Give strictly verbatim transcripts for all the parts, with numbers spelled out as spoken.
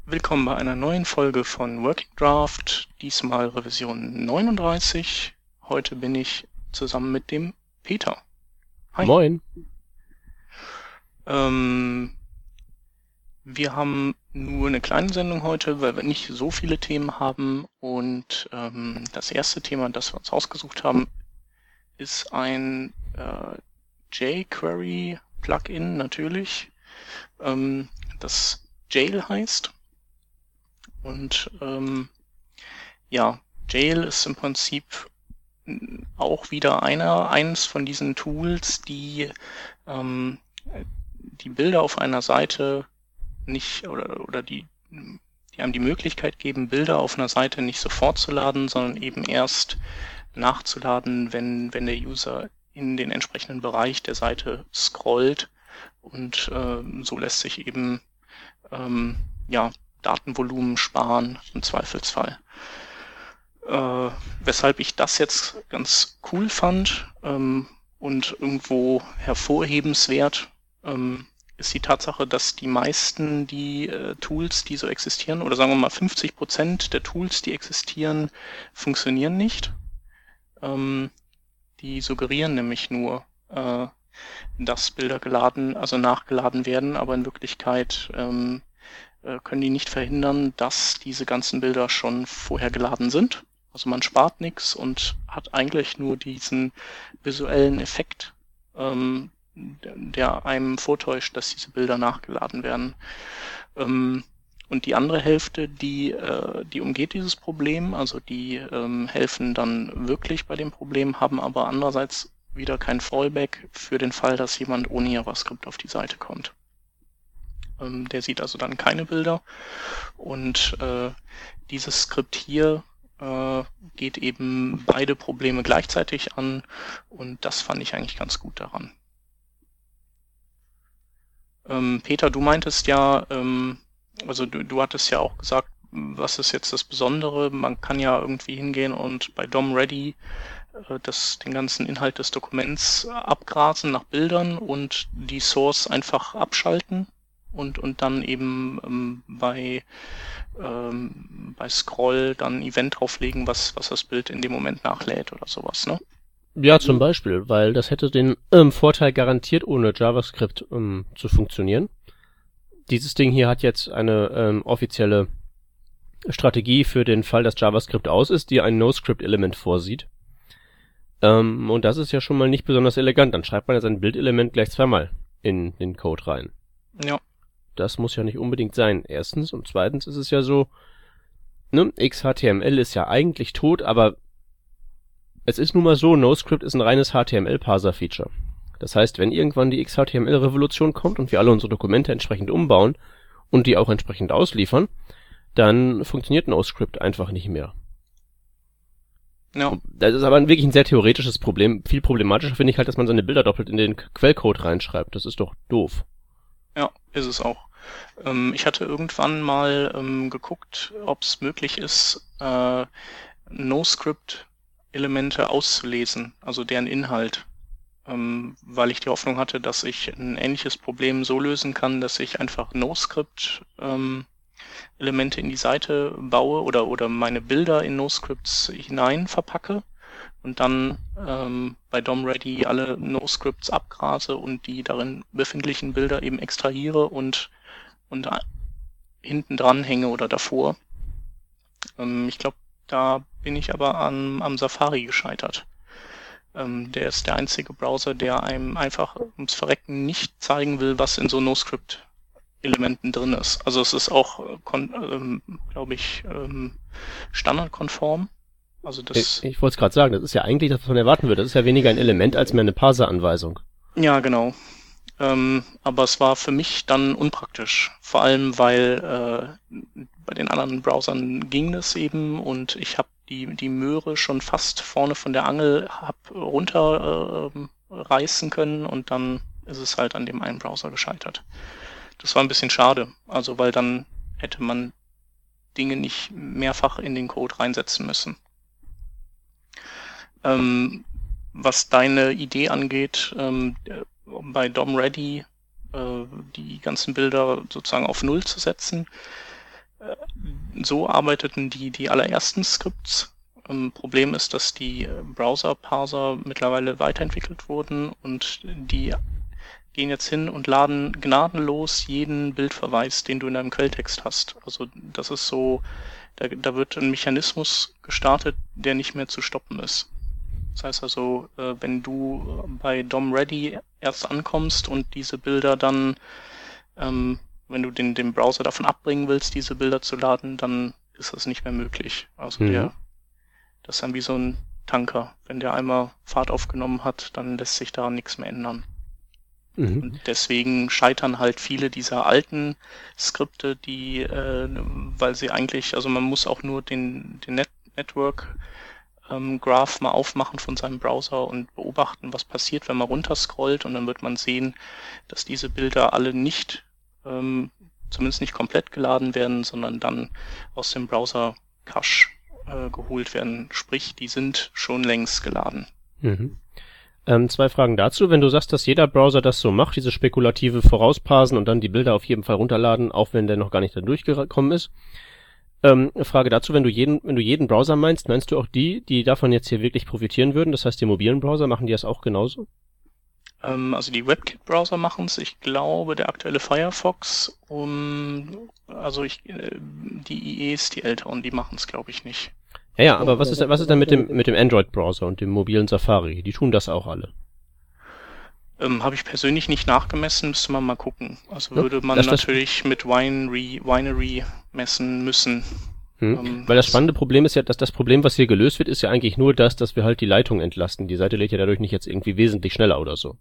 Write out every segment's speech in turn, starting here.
Willkommen bei einer neuen Folge von Working Draft, diesmal Revision neununddreißig. Heute bin ich zusammen mit dem Peter. Hi. Moin. Ähm, wir haben nur eine kleine Sendung heute, weil wir nicht so viele Themen haben. Und ähm, das erste Thema, das wir uns ausgesucht haben, ist ein äh, jQuery-Plugin natürlich, ähm, das Jail heißt. Und ähm, ja, Jail ist im Prinzip auch wieder einer, eines von diesen Tools, die ähm, die Bilder auf einer Seite nicht oder oder die die einem die Möglichkeit geben, Bilder auf einer Seite nicht sofort zu laden, sondern eben erst nachzuladen, wenn wenn der User in den entsprechenden Bereich der Seite scrollt. Und äh, so lässt sich eben ähm, ja Datenvolumen sparen im Zweifelsfall. Äh, weshalb ich das jetzt ganz cool fand ähm, und irgendwo hervorhebenswert ähm, ist die Tatsache, dass die meisten die äh, Tools, die so existieren, oder sagen wir mal fünfzig Prozent der Tools, die existieren, funktionieren nicht. Ähm, die suggerieren nämlich nur, äh, dass Bilder geladen, also nachgeladen werden, aber in Wirklichkeit ähm, können die nicht verhindern, dass diese ganzen Bilder schon vorher geladen sind. Also man spart nichts und hat eigentlich nur diesen visuellen Effekt, ähm, der einem vortäuscht, dass diese Bilder nachgeladen werden. Ähm, und die andere Hälfte, die, äh, die umgeht dieses Problem, also die ähm, helfen dann wirklich bei dem Problem, haben aber andererseits wieder kein Fallback für den Fall, dass jemand ohne JavaScript auf die Seite kommt. Der sieht also dann keine Bilder und äh, dieses Skript hier äh, geht eben beide Probleme gleichzeitig an und das fand ich eigentlich ganz gut daran. Ähm, Peter, du meintest ja, ähm, also du, du hattest ja auch gesagt, was ist jetzt das Besondere? Man kann ja irgendwie hingehen und bei D O M-Ready äh, das, den ganzen Inhalt des Dokuments abgrasen nach Bildern und die Source einfach abschalten. Und, und dann eben ähm, bei, ähm, bei Scroll dann ein Event drauflegen, was, was das Bild in dem Moment nachlädt oder sowas, ne? Ja, zum Beispiel, weil das hätte den ähm, Vorteil garantiert, ohne JavaScript ähm, zu funktionieren. Dieses Ding hier hat jetzt eine ähm, offizielle Strategie für den Fall, dass JavaScript aus ist, die ein NoScript-Element vorsieht. Ähm, und das ist ja schon mal nicht besonders elegant. Dann schreibt man ja sein Bildelement gleich zweimal in den Code rein. Ja. Das muss ja nicht unbedingt sein, erstens. Und zweitens ist es ja so, ne, X H T M L ist ja eigentlich tot, aber es ist nun mal so, NoScript ist ein reines H T M L-Parser-Feature. Das heißt, wenn irgendwann die X H T M L-Revolution kommt und wir alle unsere Dokumente entsprechend umbauen und die auch entsprechend ausliefern, dann funktioniert NoScript einfach nicht mehr. Ja. Das ist aber wirklich ein sehr theoretisches Problem. Viel problematischer finde ich halt, dass man seine Bilder doppelt in den Quellcode reinschreibt. Das ist doch doof. Ja, ist es auch. Ähm, ich hatte irgendwann mal ähm, geguckt, ob es möglich ist, äh, NoScript-Elemente auszulesen, also deren Inhalt, ähm, weil ich die Hoffnung hatte, dass ich ein ähnliches Problem so lösen kann, dass ich einfach NoScript-Elemente ähm, in die Seite baue oder oder meine Bilder in NoScripts hinein verpacke und dann ähm, bei D O M-Ready alle NoScripts abgrase und die darin befindlichen Bilder eben extrahiere und und hinten dran hänge oder davor. Ähm, ich glaube, da bin ich aber am, am Safari gescheitert. Ähm, der ist der einzige Browser, der einem einfach ums Verrecken nicht zeigen will, was in so NoScript-Elementen drin ist. Also es ist auch, ähm, glaube ich, ähm, standardkonform. Also das ich ich wollte es gerade sagen, das ist ja eigentlich das, was man erwarten würde. Das ist ja weniger ein Element als mehr eine Parser-Anweisung. Ja, genau. Ähm, aber es war für mich dann unpraktisch. Vor allem, weil äh, bei den anderen Browsern ging das eben und ich habe die, die Möhre schon fast vorne von der Angel hab runter äh, reißen können und dann ist es halt an dem einen Browser gescheitert. Das war ein bisschen schade, also weil dann hätte man Dinge nicht mehrfach in den Code reinsetzen müssen. Ähm, was deine Idee angeht, ähm, bei D O M-Ready äh, die ganzen Bilder sozusagen auf Null zu setzen, so arbeiteten die, die allerersten Skripts. Ähm, Problem ist, dass die Browser-Parser mittlerweile weiterentwickelt wurden und die gehen jetzt hin und laden gnadenlos jeden Bildverweis, den du in deinem Quelltext hast. Also das ist so, da, da wird ein Mechanismus gestartet, der nicht mehr zu stoppen ist. Das heißt also, äh, wenn du bei D O M Ready erst ankommst und diese Bilder dann, ähm, wenn du den, den Browser davon abbringen willst, diese Bilder zu laden, dann ist das nicht mehr möglich. Also mhm. der, das ist dann wie so ein Tanker. Wenn der einmal Fahrt aufgenommen hat, dann lässt sich da nichts mehr ändern. Mhm. Und deswegen scheitern halt viele dieser alten Skripte, die, äh, weil sie eigentlich, also man muss auch nur den, den Net Network ähm, Graph mal aufmachen von seinem Browser und beobachten, was passiert, wenn man runterscrollt, und dann wird man sehen, dass diese Bilder alle nicht, ähm, zumindest nicht komplett geladen werden, sondern dann aus dem Browser Cache äh, geholt werden. Sprich, die sind schon längst geladen. Mhm. Ähm, zwei Fragen dazu. Wenn du sagst, dass jeder Browser das so macht, diese spekulative Vorausparsen und dann die Bilder auf jeden Fall runterladen, auch wenn der noch gar nicht da durchgekommen ist. Ähm, Frage dazu, wenn du jeden, wenn du jeden Browser meinst, meinst du auch die, die davon jetzt hier wirklich profitieren würden? Das heißt, die mobilen Browser, machen die das auch genauso? Ähm, also die WebKit-Browser machen es. Ich glaube, der aktuelle Firefox, um, also ich, die I Es, die älteren, die machen es, glaube ich, nicht. Ja, ja, aber was ist, was ist denn mit dem, mit dem Android-Browser und dem mobilen Safari? Die tun das auch alle. Ähm, habe ich persönlich nicht nachgemessen, müsste man mal gucken. Also ja, würde man natürlich mit Winery, Winery messen müssen. Hm. Ähm, Weil das spannende Problem ist ja, dass das Problem, was hier gelöst wird, ist ja eigentlich nur das, dass wir halt die Leitung entlasten. Die Seite lädt ja dadurch nicht jetzt irgendwie wesentlich schneller oder so.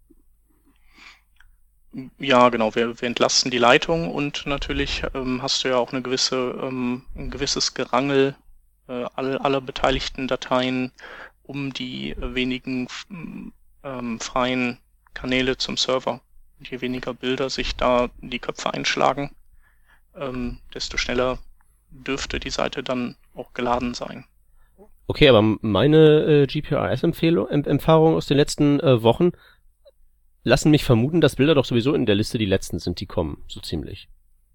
Ja, genau. Wir, wir entlasten die Leitung und natürlich ähm, hast du ja auch eine gewisse, ähm, ein gewisses Gerangel Alle, aller beteiligten Dateien um die wenigen ähm, freien Kanäle zum Server. Und je weniger Bilder sich da die Köpfe einschlagen, ähm, desto schneller dürfte die Seite dann auch geladen sein. Okay, aber meine äh, G P R S-Erfahrungen aus den letzten äh, Wochen lassen mich vermuten, dass Bilder doch sowieso in der Liste die letzten sind, die kommen, so ziemlich.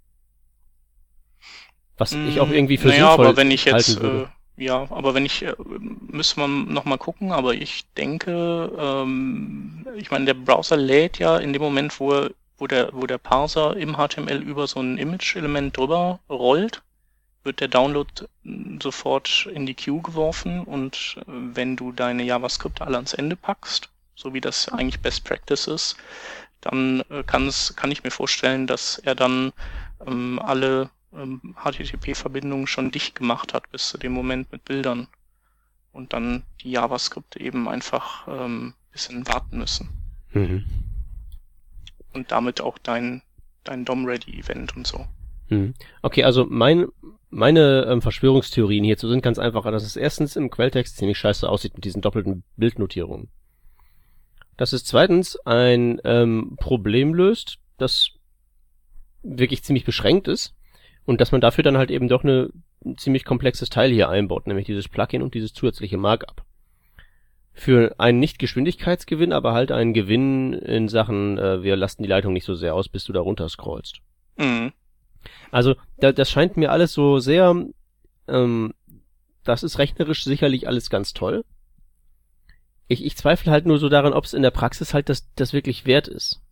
Was ich auch irgendwie für naja, sinnvoll aber wenn ich jetzt, halten würde. Äh, ja, aber wenn ich, äh, müsste man nochmal gucken, aber ich denke, ähm, ich meine, der Browser lädt ja in dem Moment, wo, er, wo, der, wo der Parser im H T M L über so ein Image-Element drüber rollt, wird der Download sofort in die Queue geworfen, und äh, wenn du deine JavaScript alle ans Ende packst, so wie das eigentlich Best Practice ist, dann äh, kann es, kann ich mir vorstellen, dass er dann ähm, alle H T T P-Verbindungen schon dicht gemacht hat bis zu dem Moment mit Bildern und dann die JavaScript eben einfach ähm, bisschen warten müssen. Mhm. Und damit auch dein dein D O M-Ready-Event und so. Mhm. Okay, also mein meine ähm, Verschwörungstheorien hierzu sind ganz einfach, dass es erstens im Quelltext ziemlich scheiße aussieht mit diesen doppelten Bildnotierungen. Dass es zweitens ein ähm, Problem löst, das wirklich ziemlich beschränkt ist. Und dass man dafür dann halt eben doch eine, ein ziemlich komplexes Teil hier einbaut, nämlich dieses Plugin und dieses zusätzliche Markup. Für einen Nicht-Geschwindigkeitsgewinn, aber halt einen Gewinn in Sachen, äh, wir lasten die Leitung nicht so sehr aus, bis du da runter scrollst. Mhm. Also, da, das scheint mir alles so sehr, ähm, das ist rechnerisch sicherlich alles ganz toll. Ich, ich zweifle halt nur so daran, ob es in der Praxis halt das, das wirklich wert ist.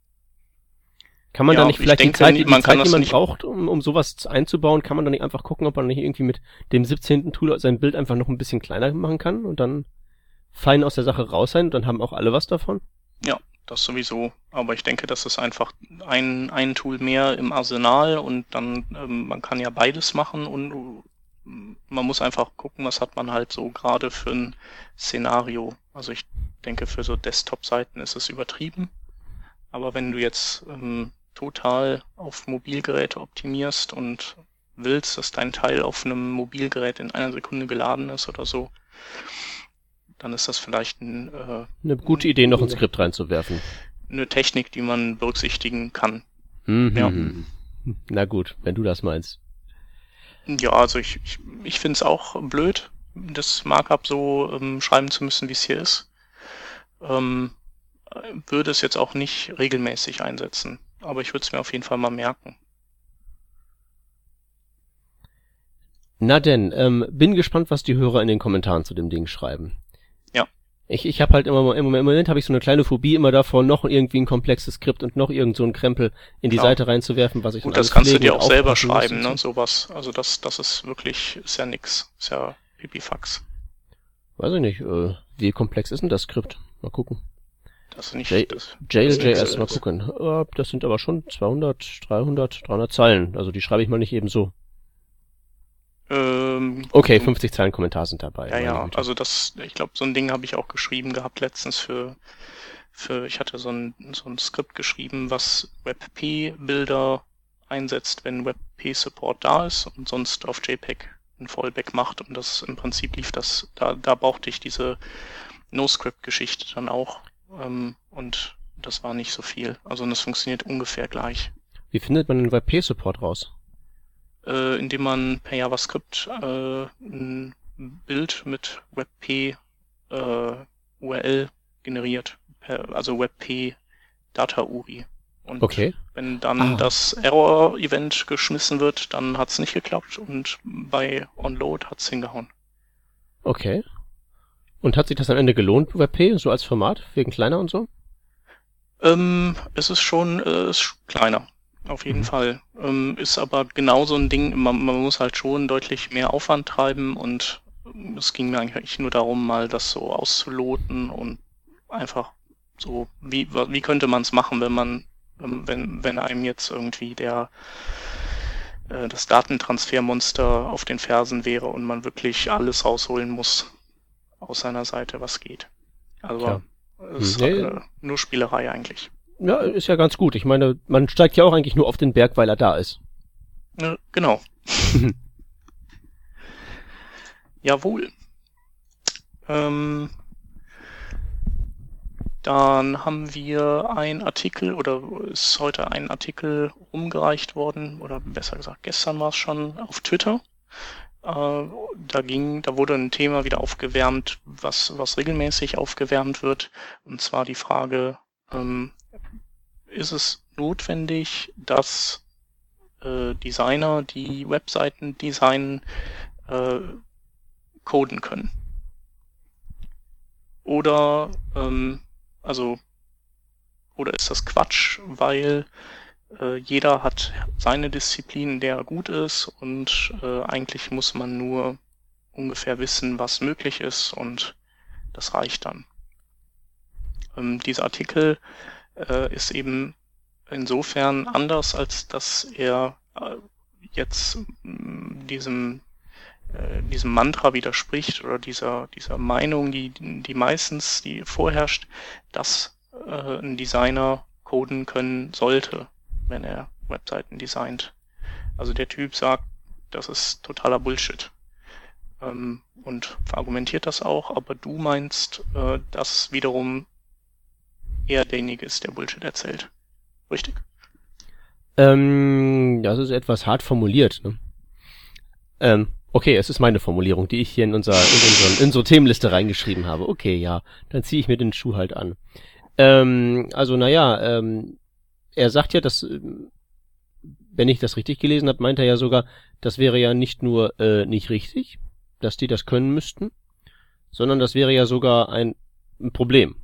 Kann man ja, da nicht vielleicht denke, die Zeit, die, man, Zeit, die man braucht, um, um sowas einzubauen, kann man da nicht einfach gucken, ob man nicht irgendwie mit dem siebzehnten Tool sein Bild einfach noch ein bisschen kleiner machen kann und dann fein aus der Sache raus sein, und dann haben auch alle was davon? Ja, das sowieso. Aber ich denke, das ist einfach ein, ein Tool mehr im Arsenal, und dann, ähm, man kann ja beides machen, und man muss einfach gucken, was hat man halt so gerade für ein Szenario. Also ich denke, für so Desktop-Seiten ist es übertrieben. Aber wenn du jetzt ähm, total auf Mobilgeräte optimierst und willst, dass dein Teil auf einem Mobilgerät in einer Sekunde geladen ist oder so, dann ist das vielleicht ein, äh, eine gute Idee, noch ein Skript reinzuwerfen. Eine Technik, die man berücksichtigen kann. Mhm. Ja. Na gut, wenn du das meinst. Ja, also ich, ich, ich finde es auch blöd, das Markup so ähm, schreiben zu müssen, wie es hier ist. Ähm, würde es jetzt auch nicht regelmäßig einsetzen, aber ich würde es mir auf jeden Fall mal merken. Na denn, ähm, bin gespannt, was die Hörer in den Kommentaren zu dem Ding schreiben. Ja. Ich, ich habe halt immer, im Moment, im Moment habe ich so eine kleine Phobie immer davor, noch irgendwie ein komplexes Skript und noch irgend so ein Krempel in die Klar. Seite reinzuwerfen, was ich Gut, dann das alles kannst du pflegen dir und auch selber aufpassen muss schreiben, und ne, so. sowas. Also das, das ist wirklich, ist ja nix. Ist ja Pipifax. Weiß ich nicht, äh, wie komplex ist denn das Skript? Mal gucken. Das ist nicht, J- das, Jail das Punkt J S, ist mal nix. gucken. Äh, Das sind aber schon zweihundert, dreihundert, dreihundert Zeilen. Also die schreibe ich mal nicht eben so. Ähm, Okay, fünfzig Zeilen Kommentar sind dabei. Ja, meine ja, Güte. also das, ich glaube, so ein Ding habe ich auch geschrieben gehabt letztens für, für, ich hatte so ein, so ein Skript geschrieben, was WebP-Bilder einsetzt, wenn WebP-Support da ist und sonst auf JPEG ein Fallback macht und das im Prinzip lief das, da, da brauchte ich diese No-Script-Geschichte dann auch ähm, und das war nicht so viel. Also das funktioniert ungefähr gleich. Wie findet man den WebP-Support raus? Äh, indem man per JavaScript äh, ein Bild mit WebP äh, U R L generiert, per, also WebP Data U R I. Und Okay. wenn dann Ah. das Error-Event geschmissen wird, dann hat's nicht geklappt und bei OnLoad hat's hingehauen. Okay. Und hat sich das am Ende gelohnt, WebP, so als Format, wegen kleiner und so? Ähm, es ist schon äh, ist kleiner, auf jeden Mhm. Fall. Ähm, ist aber genau so ein Ding, man, man muss halt schon deutlich mehr Aufwand treiben und ähm, es ging mir eigentlich nur darum, mal das so auszuloten und einfach so, wie, wie könnte man es machen, wenn man, wenn, wenn einem jetzt irgendwie der äh, das Datentransfermonster auf den Fersen wäre und man wirklich alles rausholen muss aus seiner Seite, was geht. Also Ja. es ist Nee. äh, nur Spielerei eigentlich. Ja, ist ja ganz gut. Ich meine, man steigt ja auch eigentlich nur auf den Berg, weil er da ist. Ja, genau. Jawohl. Ähm, dann haben wir ein Artikel oder ist heute ein Artikel rumgereicht worden oder besser gesagt gestern war es schon auf Twitter. Äh, da ging, da wurde ein Thema wieder aufgewärmt, was was regelmäßig aufgewärmt wird, und zwar die Frage: ähm, Ist es notwendig, dass äh, Designer, die Webseiten designen, äh, coden können? Oder, ähm, also, oder ist das Quatsch, weil äh, jeder hat seine Disziplin, in der er gut ist und äh, eigentlich muss man nur ungefähr wissen, was möglich ist und das reicht dann. Ähm, dieser Artikel äh, ist eben insofern anders, als dass er äh, jetzt mh, diesem äh, diesem Mantra widerspricht oder dieser dieser Meinung, die die meistens die vorherrscht, dass äh, ein Designer coden können sollte, wenn er Webseiten designt. Also der Typ sagt, das ist totaler Bullshit ähm, und verargumentiert das auch, aber du meinst, äh, dass wiederum er derjenige ist, der Bullshit erzählt. Richtig? Ähm, das ist etwas hart formuliert, ne? Ähm, okay, es ist meine Formulierung, die ich hier in unser, in unseren, in unsere Themenliste reingeschrieben habe. Okay, ja, dann ziehe ich mir den Schuh halt an. Ähm, also naja, ähm, er sagt ja, dass, ähm, wenn ich das richtig gelesen habe, meint er ja sogar, das wäre ja nicht nur äh, nicht richtig, dass die das können müssten, sondern das wäre ja sogar ein, ein Problem.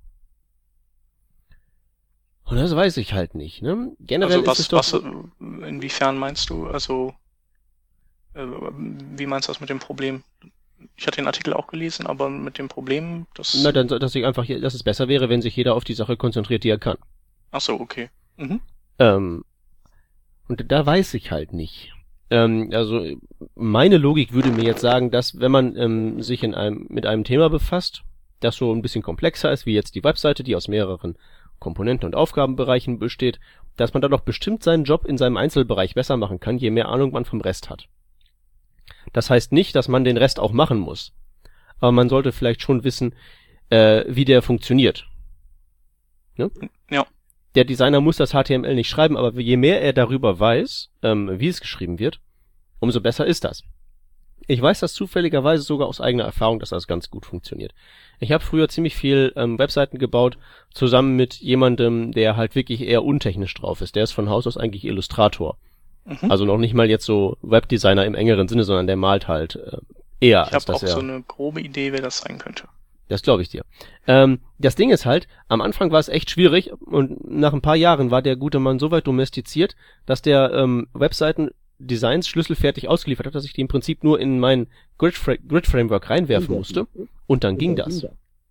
Und das weiß ich halt nicht, ne? Generell Also was, ist es doch... was, äh, inwiefern meinst du, also äh, wie meinst du das mit dem Problem? Ich hatte den Artikel auch gelesen, aber mit dem Problem, das... Na, dann, dass ich einfach, dass es besser wäre, wenn sich jeder auf die Sache konzentriert, die er kann. Ach so, okay. Mhm. Ähm, und da weiß ich halt nicht. Ähm, also meine Logik würde mir jetzt sagen, dass wenn man ähm, sich in einem mit einem Thema befasst, das so ein bisschen komplexer ist, wie jetzt die Webseite, die aus mehreren Komponenten und Aufgabenbereichen besteht, dass man dann doch bestimmt seinen Job in seinem Einzelbereich besser machen kann, je mehr Ahnung man vom Rest hat. Das heißt nicht, dass man den Rest auch machen muss. Aber man sollte vielleicht schon wissen, äh, wie der funktioniert. Ne? Ja. Der Designer muss das H T M L nicht schreiben, aber je mehr er darüber weiß, ähm, wie es geschrieben wird, umso besser ist das. Ich weiß das zufälligerweise sogar aus eigener Erfahrung, dass das ganz gut funktioniert. Ich habe früher ziemlich viel ähm, Webseiten gebaut, zusammen mit jemandem, der halt wirklich eher untechnisch drauf ist. Der ist von Haus aus eigentlich Illustrator. Mhm. Also noch nicht mal jetzt so Webdesigner im engeren Sinne, sondern der malt halt äh, eher, ich als dass er... Ich habe auch so eine grobe Idee, wer das sein könnte. Das glaube ich dir. Ähm, das Ding ist halt, am Anfang war es echt schwierig und nach ein paar Jahren war der gute Mann so weit domestiziert, dass der ähm, Webseiten Designs schlüsselfertig ausgeliefert hat, dass ich die im Prinzip nur in mein Grid-Framework reinwerfen musste und dann ging das.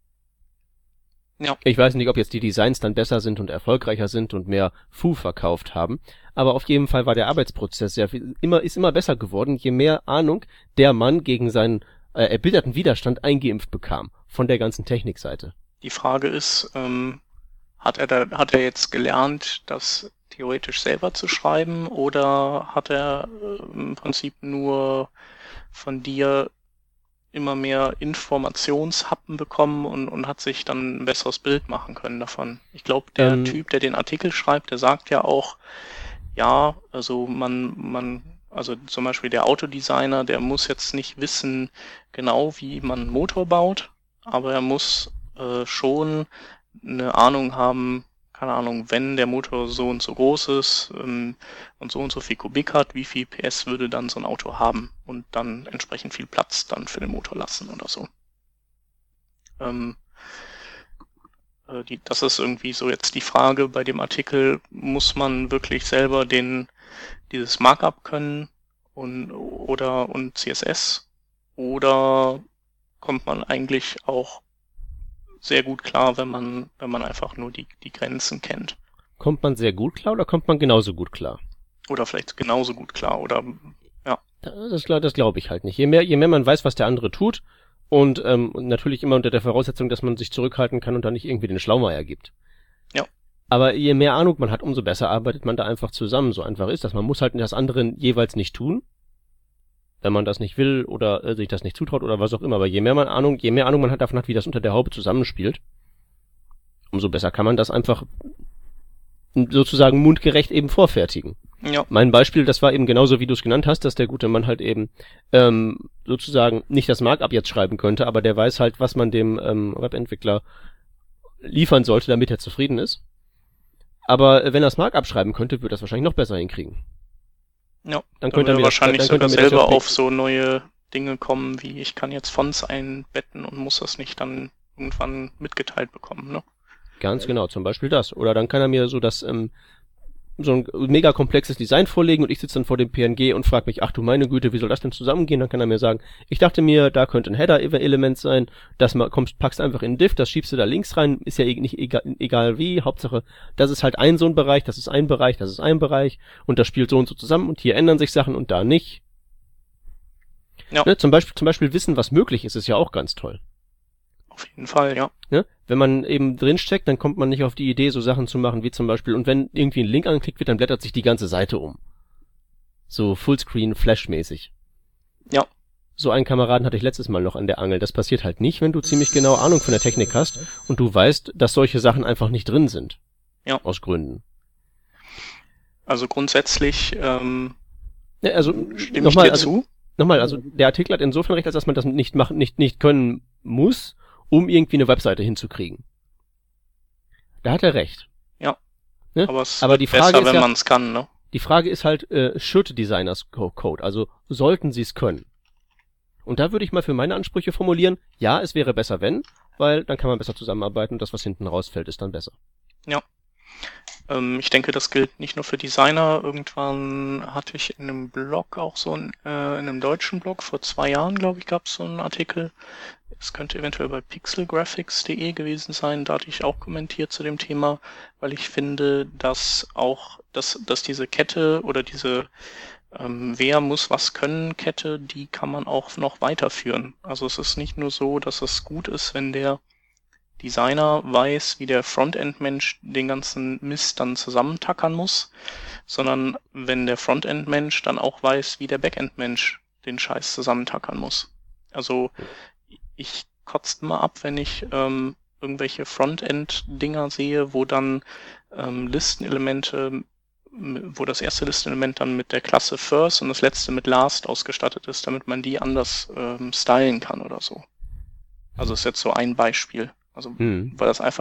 Ja. Ich weiß nicht, ob jetzt die Designs dann besser sind und erfolgreicher sind und mehr Fu verkauft haben, aber auf jeden Fall war der Arbeitsprozess sehr viel, immer, ist immer besser geworden, je mehr Ahnung der Mann gegen seinen äh, erbitterten Widerstand eingeimpft bekam von der ganzen Technikseite. Die Frage ist, ähm, hat er da, hat er jetzt gelernt, das theoretisch selber zu schreiben, oder hat er äh, im Prinzip nur von dir immer mehr Informationshappen bekommen und, und hat sich dann ein besseres Bild machen können davon? Ich glaube, der ähm, Typ, der den Artikel schreibt, der sagt ja auch, ja, also man, man, also zum Beispiel der Autodesigner, der muss jetzt nicht wissen genau, wie man einen Motor baut, aber er muss äh, schon eine Ahnung haben, keine Ahnung, wenn der Motor so und so groß ist ähm, und so und so viel Kubik hat, wie viel P S würde dann so ein Auto haben und dann entsprechend viel Platz dann für den Motor lassen oder so. Ähm, äh, die, das ist irgendwie so jetzt die Frage bei dem Artikel, muss man wirklich selber den dieses Markup können und oder und C S S, oder kommt man eigentlich auch sehr gut klar, wenn man wenn man einfach nur die die Grenzen kennt? Kommt man sehr gut klar oder kommt man genauso gut klar? Oder vielleicht genauso gut klar, oder ja. Das, das glaube ich halt nicht. Je mehr je mehr man weiß, was der andere tut, und ähm, natürlich immer unter der Voraussetzung, dass man sich zurückhalten kann und dann nicht irgendwie den Schlaumeier gibt. Ja. Aber je mehr Ahnung man hat, umso besser arbeitet man da einfach zusammen. So einfach ist das. Man muss halt das andere jeweils nicht tun, wenn man das nicht will oder äh, sich das nicht zutraut oder was auch immer. Aber je mehr man Ahnung, je mehr Ahnung man hat davon hat, wie das unter der Haube zusammenspielt, umso besser kann man das einfach sozusagen mundgerecht eben vorfertigen. Ja. Mein Beispiel, das war eben genauso, wie du es genannt hast, dass der gute Mann halt eben ähm, sozusagen nicht das Markup jetzt schreiben könnte, aber der weiß halt, was man dem ähm, Webentwickler liefern sollte, damit er zufrieden ist. Aber wenn er das Markup schreiben könnte, würde er das wahrscheinlich noch besser hinkriegen. Ja, dann könnte er mir wahrscheinlich das, dann sogar könnte er selber das auf so neue Dinge kommen, wie ich kann jetzt Fonts einbetten und muss das nicht dann irgendwann mitgeteilt bekommen, ne? Ganz genau, zum Beispiel das. Oder dann kann er mir so das ähm, so ein mega komplexes Design vorlegen und ich sitze dann vor dem P N G und frage mich, ach du meine Güte, wie soll das denn zusammengehen? Dann kann er mir sagen, ich dachte mir, da könnte ein Header-Element sein, das mal kommst, packst einfach in Div, das schiebst du da links rein, ist ja nicht egal, egal wie, Hauptsache, das ist halt ein so ein Bereich, das ist ein Bereich, das ist ein Bereich und das spielt so und so zusammen und hier ändern sich Sachen und da nicht. Ja. Ne, zum Beispiel, zum Beispiel wissen, was möglich ist, ist ja auch ganz toll. Auf jeden Fall, ja. Ne? Wenn man eben drinsteckt, dann kommt man nicht auf die Idee, so Sachen zu machen, wie zum Beispiel, und wenn irgendwie ein Link angeklickt wird, dann blättert sich die ganze Seite um. So Fullscreen, Flash-mäßig. Ja. So einen Kameraden hatte ich letztes Mal noch an der Angel. Das passiert halt nicht, wenn du ziemlich genau Ahnung von der Technik hast und du weißt, dass solche Sachen einfach nicht drin sind. Ja. Aus Gründen. Also grundsätzlich, ähm, ja, also, stimme nochmal, ich dir also, zu. Nochmal, also der Artikel hat insofern recht, als dass man das nicht machen, nicht, nicht können muss, um irgendwie eine Webseite hinzukriegen. Da hat er recht. Ja. Ne? Aber es Aber ist die Frage besser, ist wenn ja, man es kann, ne? Die Frage ist halt, äh, should Designers code? Also, sollten sie es können? Und da würde ich mal für meine Ansprüche formulieren, ja, es wäre besser, wenn, weil dann kann man besser zusammenarbeiten und das, was hinten rausfällt, ist dann besser. Ja. Ähm, ich denke, das gilt nicht nur für Designer. Irgendwann hatte ich in einem Blog auch so ein, äh, in einem deutschen Blog, vor zwei Jahren, glaube ich, gab es so einen Artikel. Es könnte eventuell bei pixelgraphics punkt de gewesen sein. Da hatte ich auch kommentiert zu dem Thema, weil ich finde, dass auch, dass, dass diese Kette oder diese ähm, wer muss was können Kette, die kann man auch noch weiterführen. Also es ist nicht nur so, dass es gut ist, wenn der Designer weiß, wie der Frontend-Mensch den ganzen Mist dann zusammentackern muss, sondern wenn der Frontend-Mensch dann auch weiß, wie der Backend-Mensch den Scheiß zusammentackern muss. Also ich kotzt mal ab, wenn ich ähm, irgendwelche Frontend-Dinger sehe, wo dann ähm, Listenelemente, wo das erste Listenelement dann mit der Klasse First und das letzte mit Last ausgestattet ist, damit man die anders ähm, stylen kann oder so. Also ist jetzt so ein Beispiel. Also hm. weil das einfach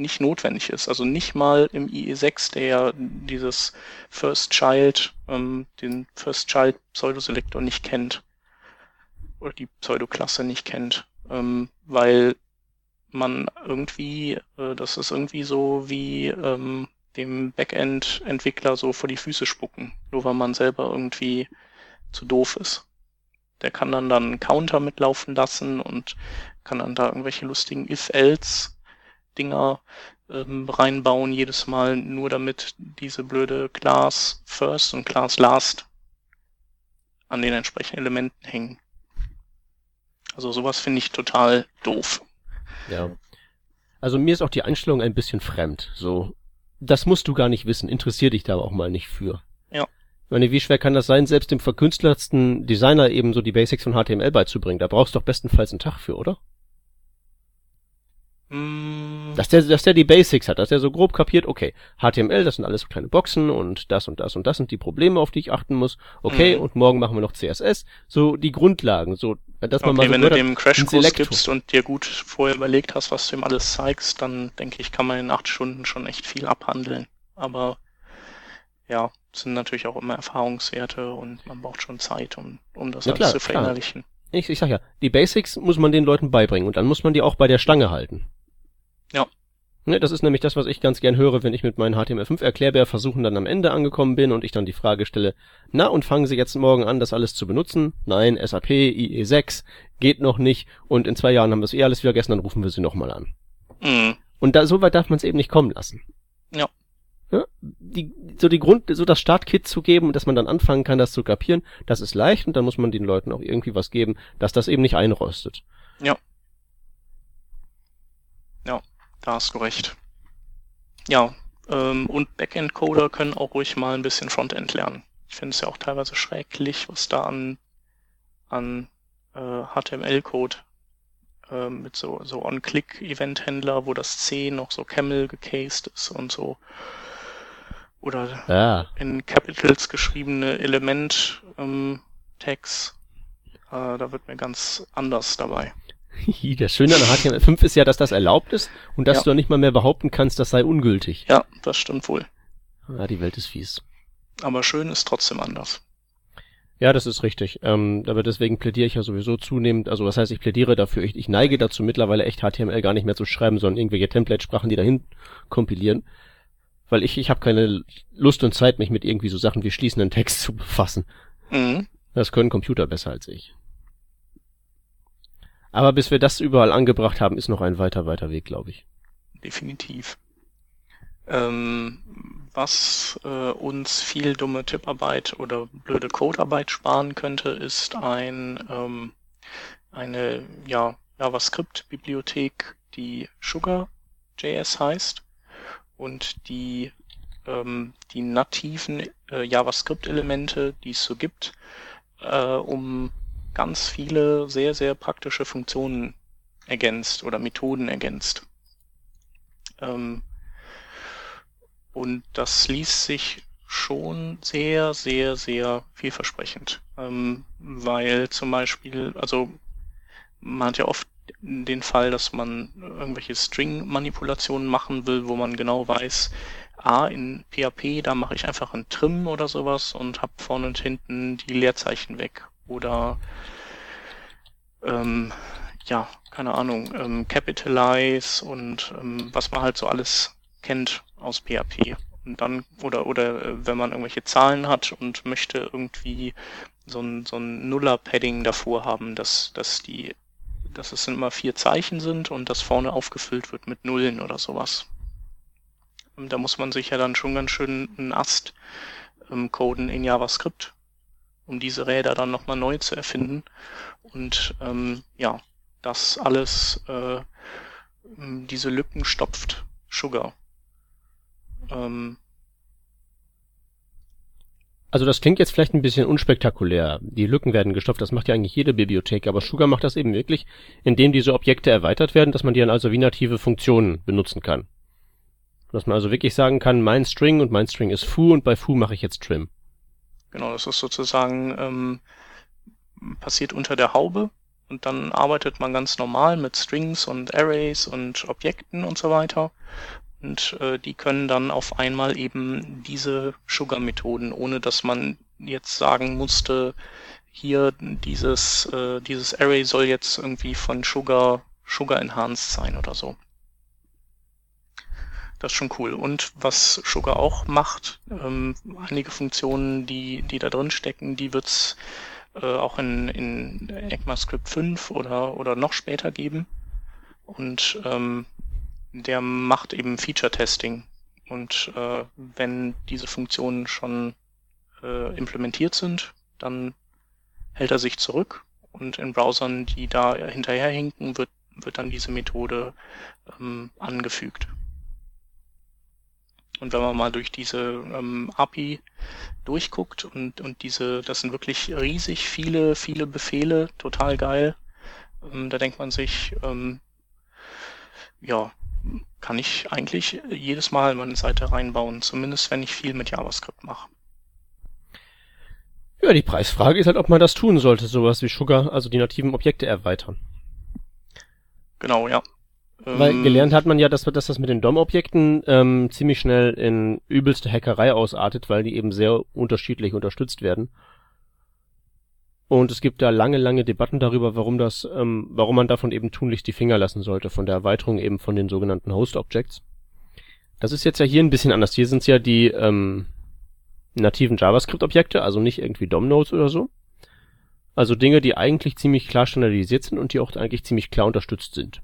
nicht notwendig ist. Also nicht mal im I E sechs, der ja dieses First Child, ähm, den First Child Pseudoselektor nicht kennt. Oder die Pseudoklasse nicht kennt. Ähm, weil man irgendwie, äh, das ist irgendwie so wie ähm, dem Backend-Entwickler so vor die Füße spucken. Nur weil man selber irgendwie zu doof ist. Der kann dann dann einen Counter mitlaufen lassen und kann dann da irgendwelche lustigen If-Else-Dinger ähm, reinbauen jedes Mal, nur damit diese blöde Class First und Class Last an den entsprechenden Elementen hängen. Also sowas finde ich total doof. Ja. Also mir ist auch die Einstellung ein bisschen fremd. So, das musst du gar nicht wissen, interessier dich da aber auch mal nicht für. Ja. Ich meine, wie schwer kann das sein, selbst dem verkünstlertsten Designer eben so die Basics von H T M L beizubringen? Da brauchst du doch bestenfalls einen Tag für, oder? Mm. Dass der, dass der die Basics hat, dass der so grob kapiert, okay, H T M L, das sind alles so kleine Boxen und das und das und das sind die Probleme, auf die ich achten muss. Okay, Mhm. und morgen machen wir noch C S S. So die Grundlagen, so, dass man mal Okay, so wenn du gehört hat, dem ein Crashkurs Selektor. gibst und dir gut vorher überlegt hast, was du ihm alles zeigst, dann denke ich, kann man in acht Stunden schon echt viel abhandeln. Aber ja, es sind natürlich auch immer Erfahrungswerte und man braucht schon Zeit, um, um das Na alles klar, zu klar. verinnerlichen. Ich, ich sag ja, die Basics muss man den Leuten beibringen und dann muss man die auch bei der Stange halten. Ja. Ne, das ist nämlich das, was ich ganz gern höre, wenn ich mit meinen H T M L fünf Erklärbär-Versuchen dann am Ende angekommen bin und ich dann die Frage stelle, na, und fangen Sie jetzt morgen an, das alles zu benutzen? Nein, S A P, I E sechs, geht noch nicht und in zwei Jahren haben wir es eh alles wieder vergessen, dann rufen wir Sie nochmal an. Mhm. Und da, so weit darf man es eben nicht kommen lassen. Ja. Ja, die, so die Grund, so das Startkit zu geben, dass man dann anfangen kann, das zu kapieren, das ist leicht und dann muss man den Leuten auch irgendwie was geben, dass das eben nicht einrostet. Ja. Ja, da hast du recht. Ja, ähm, und Backend-Coder können auch ruhig mal ein bisschen Frontend lernen. Ich finde es ja auch teilweise schrecklich, was da an, an äh, H T M L-Code äh, mit so, so On-Click-Event-Händler, wo das C noch so Camel gecased ist und so. Oder Ah, in Capitals geschriebene Element-Tags. Äh, da wird mir ganz anders dabei. das Schöne an H T M L fünf ist ja, dass das erlaubt ist und dass Ja. du dann nicht mal mehr behaupten kannst, das sei ungültig. Ja, das stimmt wohl. Ah, die Welt ist fies. Aber schön ist trotzdem anders. Ja, das ist richtig. Ähm, aber deswegen plädiere ich ja sowieso zunehmend, also was heißt, ich plädiere dafür, ich, ich neige dazu mittlerweile echt H T M L gar nicht mehr zu schreiben, sondern irgendwelche Template-Sprachen, die dahin kompilieren. Weil ich, ich habe keine Lust und Zeit, mich mit irgendwie so Sachen wie schließenden Text zu befassen. Mhm. Das können Computer besser als ich. Aber bis wir das überall angebracht haben, ist noch ein weiter, weiter Weg, glaube ich. Definitiv. Ähm, was äh, uns viel dumme Tipparbeit oder blöde Codearbeit sparen könnte, ist ein ähm, eine ja, JavaScript-Bibliothek, die Sugar.js heißt und die ähm, die nativen äh, JavaScript-Elemente, die es so gibt, äh, um ganz viele sehr, sehr praktische Funktionen ergänzt oder Methoden ergänzt. Ähm, und das liest sich schon sehr, sehr, sehr vielversprechend. Ähm, weil zum Beispiel, also man hat ja oft den Fall, dass man irgendwelche String-Manipulationen machen will, wo man genau weiß, ah, in P H P, da mache ich einfach einen Trim oder sowas und habe vorne und hinten die Leerzeichen weg. Oder ähm, ja, keine Ahnung, ähm, Capitalize und ähm, was man halt so alles kennt aus P H P. Und dann, oder oder äh, wenn man irgendwelche Zahlen hat und möchte irgendwie so ein so ein Nuller-Padding davor haben, dass, dass die, dass es immer vier Zeichen sind und das vorne aufgefüllt wird mit Nullen oder sowas. Und da muss man sich ja dann schon ganz schön einen Ast ähm, coden in JavaScript, um diese Räder dann nochmal neu zu erfinden. Und ähm, ja, das alles, äh, diese Lücken stopft Sugar. Ähm, Also das klingt jetzt vielleicht ein bisschen unspektakulär. Die Lücken werden gestopft, das macht ja eigentlich jede Bibliothek, aber Sugar macht das eben wirklich, indem diese Objekte erweitert werden, dass man die dann also wie native Funktionen benutzen kann. Dass man also wirklich sagen kann, mein String und mein String ist foo und bei foo mache ich jetzt trim. genau, das ist sozusagen ähm, passiert unter der Haube und dann arbeitet man ganz normal mit Strings und Arrays und Objekten und so weiter. Und äh, die können dann auf einmal eben diese Sugar-Methoden, ohne dass man jetzt sagen musste, hier dieses äh, dieses Array soll jetzt irgendwie von Sugar Sugar enhanced sein oder so. Das ist schon cool. Und was Sugar auch macht, ähm, einige Funktionen, die die da drin stecken, die wird's äh, auch in in ECMAScript fünf oder oder noch später geben. Und ähm, der macht eben Feature-Testing. Und äh, wenn diese Funktionen schon äh, implementiert sind, dann hält er sich zurück. Und in Browsern, die da hinterherhinken, wird, wird dann diese Methode ähm, angefügt. Und wenn man mal durch diese ähm, A P I durchguckt und, und diese, das sind wirklich riesig viele, viele Befehle, total geil. Ähm, da denkt man sich, ähm, ja, kann ich eigentlich jedes Mal meine Seite reinbauen, zumindest wenn ich viel mit JavaScript mache. Ja, die Preisfrage ist halt, ob man das tun sollte, sowas wie Sugar, also die nativen Objekte erweitern. Genau, ja. Weil Ähm, gelernt hat man ja, dass, dass das mit den D O M-Objekten ähm, ziemlich schnell in übelste Hackerei ausartet, weil die eben sehr unterschiedlich unterstützt werden. Und es gibt da lange, lange Debatten darüber, warum das, ähm, warum man davon eben tunlichst die Finger lassen sollte, von der Erweiterung eben von den sogenannten Host-Objects. Das ist jetzt ja hier ein bisschen anders. Hier sind es ja die ähm, nativen JavaScript-Objekte, also nicht irgendwie D O M-Nodes oder so. Also Dinge, die eigentlich ziemlich klar standardisiert sind und die auch eigentlich ziemlich klar unterstützt sind.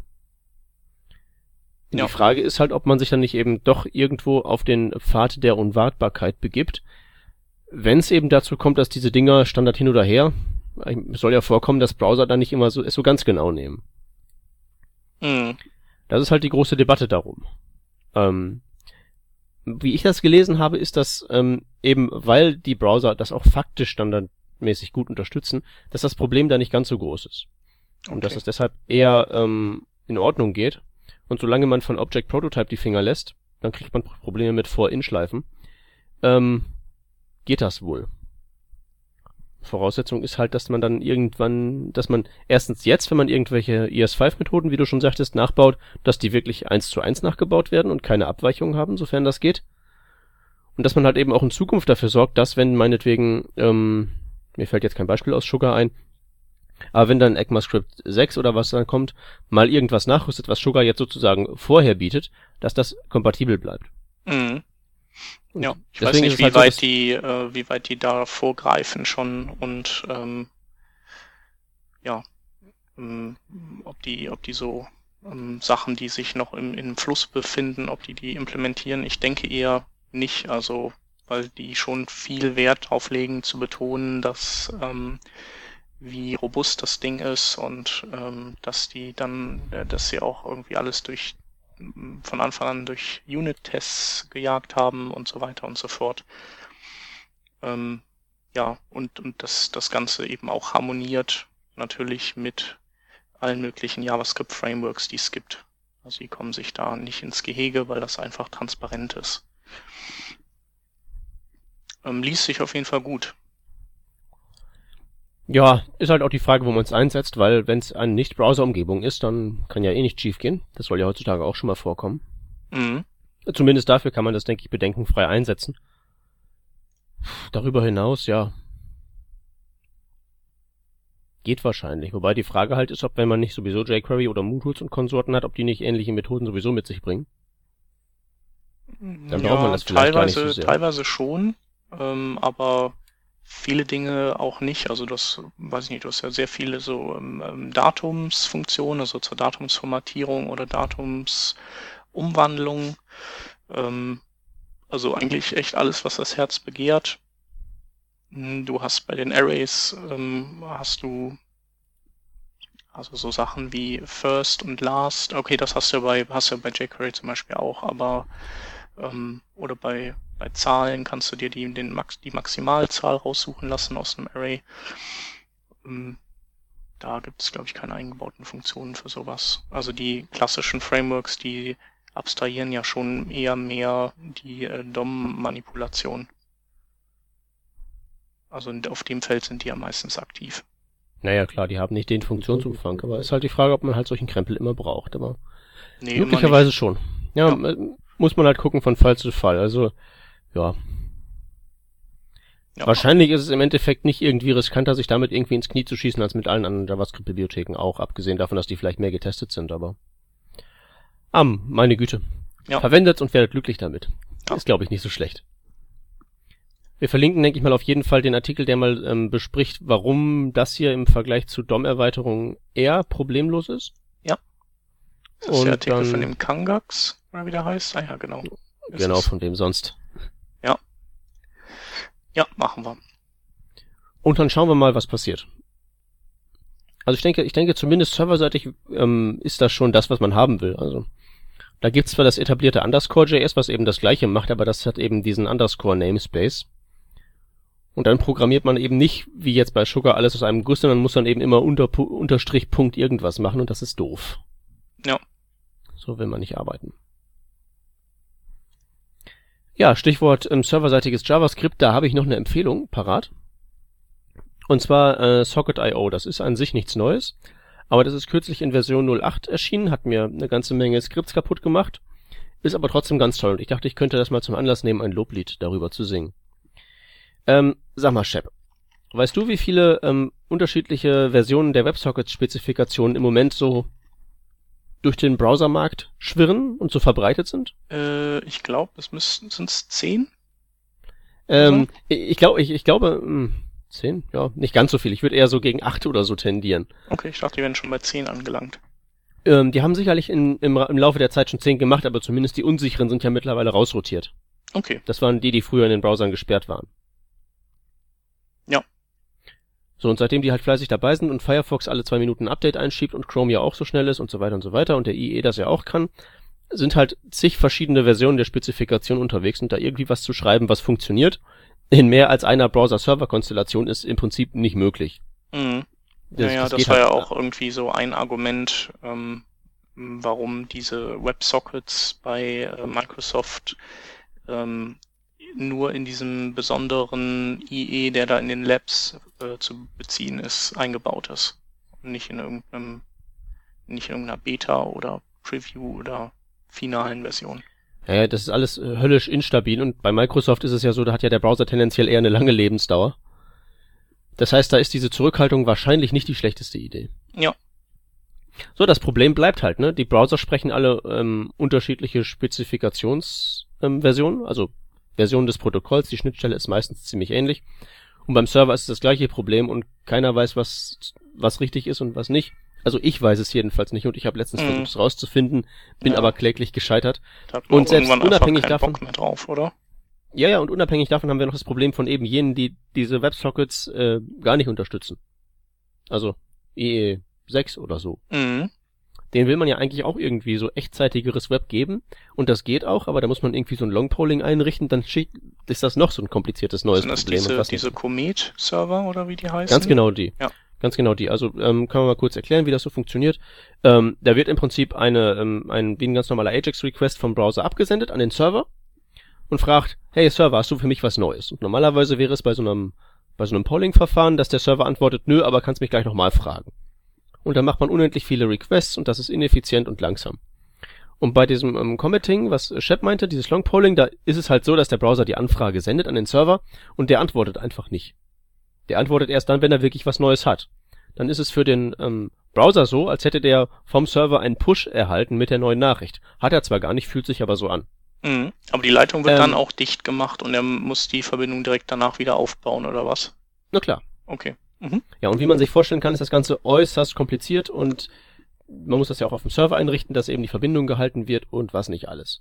Ja. Die Frage ist halt, ob man sich dann nicht eben doch irgendwo auf den Pfad der Unwartbarkeit begibt, wenn es eben dazu kommt, dass diese Dinger Standard hin oder her, es soll ja vorkommen, dass Browser dann nicht immer so es so ganz genau nehmen. mh, Das ist halt die große Debatte darum. Ähm, wie ich das gelesen habe, ist das ähm, eben, weil die Browser das auch faktisch standardmäßig gut unterstützen, dass das Problem da nicht ganz so groß ist. Und dass okay. es deshalb eher ähm, in Ordnung geht. Und solange man von Object Prototype die Finger lässt, dann kriegt man Probleme mit For-In-Schleifen. Ähm, geht das wohl. Voraussetzung ist halt, dass man dann irgendwann, dass man erstens jetzt, wenn man irgendwelche E S fünf Methoden, wie du schon sagtest, nachbaut, dass die wirklich eins zu eins nachgebaut werden und keine Abweichungen haben, sofern das geht. Und dass man halt eben auch in Zukunft dafür sorgt, dass wenn meinetwegen, ähm, mir fällt jetzt kein Beispiel aus Sugar ein, aber wenn dann ECMAScript sechs oder was dann kommt, mal irgendwas nachrüstet, was Sugar jetzt sozusagen vorher bietet, dass das kompatibel bleibt. Mhm. Und Ja, ich weiß deswegen nicht, ist es wie halt so, weit dass- die, äh, wie weit die da vorgreifen schon und ähm, ja, ähm, ob die, ob die so ähm, Sachen, die sich noch im, im Fluss befinden, ob die die implementieren. Ich denke eher nicht, also weil die schon viel Wert drauf legen zu betonen, dass ähm, wie robust das Ding ist und ähm, dass die dann, äh, dass sie auch irgendwie alles durch m, von Anfang an durch Unit-Tests gejagt haben und so weiter und so fort. Ähm, ja, und, und dass das Ganze eben auch harmoniert natürlich mit allen möglichen JavaScript-Frameworks, die es gibt. Also die kommen sich da nicht ins Gehege, weil das einfach transparent ist. Ähm, liest sich auf jeden Fall gut. Ja, ist halt auch die Frage, wo man es einsetzt, weil wenn es eine Nicht-Browser-Umgebung ist, dann kann ja eh nicht schief gehen. Das soll ja heutzutage auch schon mal vorkommen. Mhm. Zumindest dafür kann man das, denke ich, bedenkenfrei einsetzen. Darüber hinaus, ja, geht wahrscheinlich. Wobei die Frage halt ist, ob, wenn man nicht sowieso jQuery oder MooTools und Konsorten hat, ob die nicht ähnliche Methoden sowieso mit sich bringen. Dann braucht man das vielleicht gar nicht teilweise, so sehr. teilweise schon, ähm, aber viele Dinge auch nicht. Also das, weiß ich nicht, du hast ja sehr viele so ähm, ähm, Datumsfunktionen, also zur Datumsformatierung oder Datumsumwandlung. Ähm, also eigentlich echt alles, was das Herz begehrt. Hm, Du hast bei den Arrays, ähm, hast du also so Sachen wie First und Last. Okay, das hast du ja bei, hast du ja bei jQuery zum Beispiel auch, aber ähm, oder bei, bei Zahlen kannst du dir die, den Max, die Maximalzahl raussuchen lassen aus einem Array. Ähm, da gibt es, glaube ich, keine eingebauten Funktionen für sowas. Also die klassischen Frameworks, die abstrahieren ja schon eher mehr die äh, D O M-Manipulation. Also auf dem Feld sind die ja meistens aktiv. Naja, klar, die haben nicht den Funktionsumfang, aber ist halt die Frage, ob man halt solchen Krempel immer braucht, aber Nee, möglicherweise schon. Ja, Ja. äh, muss man halt gucken von Fall zu Fall, also, ja. Ja. Wahrscheinlich ist es im Endeffekt nicht irgendwie riskanter, sich damit irgendwie ins Knie zu schießen, als mit allen anderen JavaScript-Bibliotheken auch, abgesehen davon, dass die vielleicht mehr getestet sind, aber... Am, meine Güte. Ja. Verwendet und werdet glücklich damit. Ja. Ist, glaube ich, nicht so schlecht. Wir verlinken, denke ich mal, auf jeden Fall den Artikel, der mal ähm, bespricht, warum das hier im Vergleich zu D O M-Erweiterungen eher problemlos ist. Das ist Und der Artikel dann- von dem Kangax, oder wie der heißt. Ah ja, genau. Ist Genau, es. von dem sonst. Ja, machen wir. Und dann schauen wir mal, was passiert. Also ich denke, ich denke zumindest serverseitig ähm, ist das schon das, was man haben will. Also da gibt's zwar das etablierte Underscore.js, was eben das gleiche macht, aber das hat eben diesen Underscore-Namespace. Und dann programmiert man eben nicht, wie jetzt bei Sugar, alles aus einem Guss, sondern muss dann eben immer unter, Unterstrich Punkt irgendwas machen und das ist doof. Ja. So will man nicht arbeiten. Ja, Stichwort ähm, serverseitiges JavaScript, da habe ich noch eine Empfehlung parat. Und zwar äh, Socket Punkt io. Das ist an sich nichts Neues, aber das ist kürzlich in Version null Punkt acht erschienen, hat mir eine ganze Menge Skripts kaputt gemacht, ist aber trotzdem ganz toll. Und ich dachte, ich könnte das mal zum Anlass nehmen, ein Loblied darüber zu singen. Ähm, sag mal, Shep, weißt du, wie viele ähm, unterschiedliche Versionen der WebSockets-Spezifikationen im Moment so durch den Browsermarkt schwirren und so verbreitet sind? Äh, ich glaube, es müssten, sind's zehn? Ähm, ich, ich glaube, ich, ich glaube, mh, zehn? Ja, nicht ganz so viel. Ich würde eher so gegen acht oder so tendieren. Okay, ich dachte, die wären schon bei zehn angelangt. Ähm, die haben sicherlich in, im, im Laufe der Zeit schon zehn gemacht, aber zumindest die unsicheren sind ja mittlerweile rausrotiert. Okay. Das waren die, die früher in den Browsern gesperrt waren. Ja. So, und seitdem die halt fleißig dabei sind und Firefox alle zwei Minuten ein Update einschiebt und Chrome ja auch so schnell ist und so weiter und so weiter und der I E das ja auch kann, sind halt zig verschiedene Versionen der Spezifikation unterwegs und da irgendwie was zu schreiben, was funktioniert, in mehr als einer Browser-Server-Konstellation ist im Prinzip nicht möglich. Mhm. Das- naja, das das, geht war halt- ja auch irgendwie so ein Argument, ähm, warum diese WebSockets bei äh, Microsoft ähm, nur in diesem besonderen I E, der da in den Labs äh, zu beziehen ist, eingebaut ist. Und nicht in irgendeinem, nicht in irgendeiner Beta oder Preview oder finalen Version. Ja, ja, das ist alles äh, höllisch instabil und bei Microsoft ist es ja so, da hat ja der Browser tendenziell eher eine lange Lebensdauer. Das heißt, da ist diese Zurückhaltung wahrscheinlich nicht die schlechteste Idee. Ja. So, das Problem bleibt halt, ne? Die Browser sprechen alle ähm, unterschiedliche Spezifikationsversionen, ähm, Versionen, also Versionen des Protokolls. Die Schnittstelle ist meistens ziemlich ähnlich. Und beim Server ist es das gleiche Problem und keiner weiß, was was richtig ist und was nicht. Also ich weiß es jedenfalls nicht und ich habe letztens Mhm. versucht, es rauszufinden, bin Ja. aber kläglich gescheitert. Da hat man Und auch selbst irgendwann einfach unabhängig keinen davon- Bock mehr drauf, oder? Ja, ja, und unabhängig davon haben wir noch das Problem von eben jenen, die diese WebSockets äh, gar nicht unterstützen. Also I E sechs oder so. Mhm. Den will man ja eigentlich auch irgendwie so echtzeitigeres Web geben. Und das geht auch, aber da muss man irgendwie so ein Longpolling einrichten, dann schick, ist das noch so ein kompliziertes neues Sind das Problem. Und diese, was diese Comet-Server oder wie die heißen? Ganz genau die. Ja. Ganz genau die. Also ähm, kann man mal kurz erklären, wie das so funktioniert. Ähm, da wird im Prinzip eine, ähm, ein, wie ein ganz normaler Ajax-Request vom Browser abgesendet an den Server und fragt, hey Server, hast du für mich was Neues? Und normalerweise wäre es bei so einem, bei so einem Polling-Verfahren, dass der Server antwortet, nö, aber kannst mich gleich nochmal fragen. Und dann macht man unendlich viele Requests und das ist ineffizient und langsam. Und bei diesem ähm, Committing, was Shep meinte, dieses Longpolling, da ist es halt so, dass der Browser die Anfrage sendet an den Server und der antwortet einfach nicht. Der antwortet erst dann, wenn er wirklich was Neues hat. Dann ist es für den ähm, Browser so, als hätte der vom Server einen Push erhalten mit der neuen Nachricht. Hat er zwar gar nicht, fühlt sich aber so an. Mhm. Aber die Leitung wird Ähm, dann auch dicht gemacht und er muss die Verbindung direkt danach wieder aufbauen, oder was? Na klar. Okay. Mhm. Ja, und wie man sich vorstellen kann, ist das Ganze äußerst kompliziert und man muss das ja auch auf dem Server einrichten, dass eben die Verbindung gehalten wird und was nicht alles.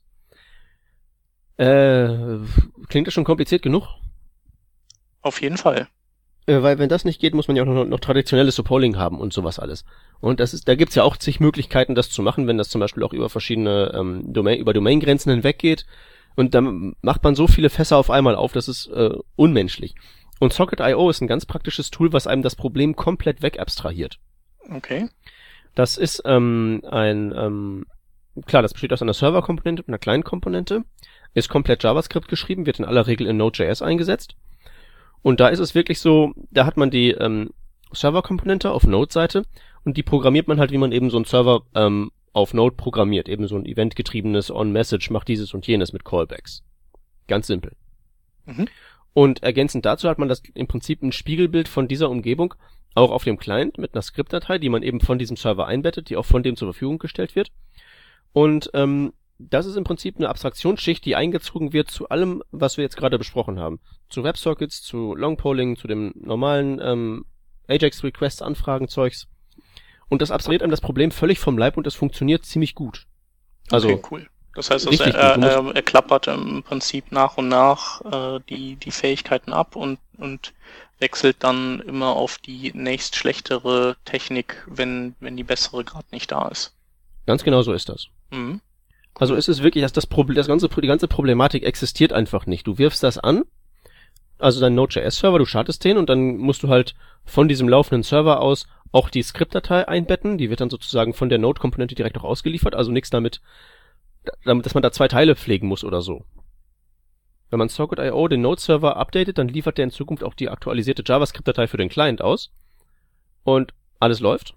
Äh, klingt das schon kompliziert genug? Auf jeden Fall. Äh, weil wenn das nicht geht, muss man ja auch noch, noch traditionelles so Polling haben und sowas alles. Und das ist, da gibt's ja auch zig Möglichkeiten, das zu machen, wenn das zum Beispiel auch über verschiedene ähm, Domain, über Domaingrenzen hinweg geht. Und dann macht man so viele Fässer auf einmal auf, das ist äh, unmenschlich. Und Socket Punkt io ist ein ganz praktisches Tool, was einem das Problem komplett wegabstrahiert. Okay. Das ist ähm, ein, ähm, klar, das besteht aus einer Server-Komponente und einer kleinen Komponente, ist komplett JavaScript geschrieben, wird in aller Regel in Node.js eingesetzt. Und da ist es wirklich so, da hat man die ähm, Serverkomponente auf Node-Seite und die programmiert man halt, wie man eben so einen Server ähm, auf Node programmiert. Eben so ein eventgetriebenes On-Message macht dieses und jenes mit Callbacks. Ganz simpel. Mhm. Und ergänzend dazu hat man das im Prinzip ein Spiegelbild von dieser Umgebung auch auf dem Client mit einer Skriptdatei, die man eben von diesem Server einbettet, die auch von dem zur Verfügung gestellt wird. Und ähm, das ist im Prinzip eine Abstraktionsschicht, die eingezogen wird zu allem, was wir jetzt gerade besprochen haben. Zu WebSockets, zu Longpolling, zu dem normalen ähm, Ajax-Request-Anfragen-Zeugs. Und das abstrahiert einem das Problem völlig vom Leib und es funktioniert ziemlich gut. Also, okay, cool. Das heißt, also er, er, er klappert im Prinzip nach und nach äh, die, die Fähigkeiten ab und, und wechselt dann immer auf die nächst schlechtere Technik, wenn, wenn die bessere gerade nicht da ist. Ganz genau so ist das. Mhm. Cool. Also es ist wirklich, dass das Problem, das ganze, die ganze Problematik existiert einfach nicht. Du wirfst das an, also dein Node.js-Server, du startest den und dann musst du halt von diesem laufenden Server aus auch die Skriptdatei einbetten. Die wird dann sozusagen von der Node-Komponente direkt auch ausgeliefert, also nichts damit, damit, dass man da zwei Teile pflegen muss oder so. Wenn man Socket Punkt io den Node-Server updatet, dann liefert der in Zukunft auch die aktualisierte JavaScript-Datei für den Client aus. Und alles läuft.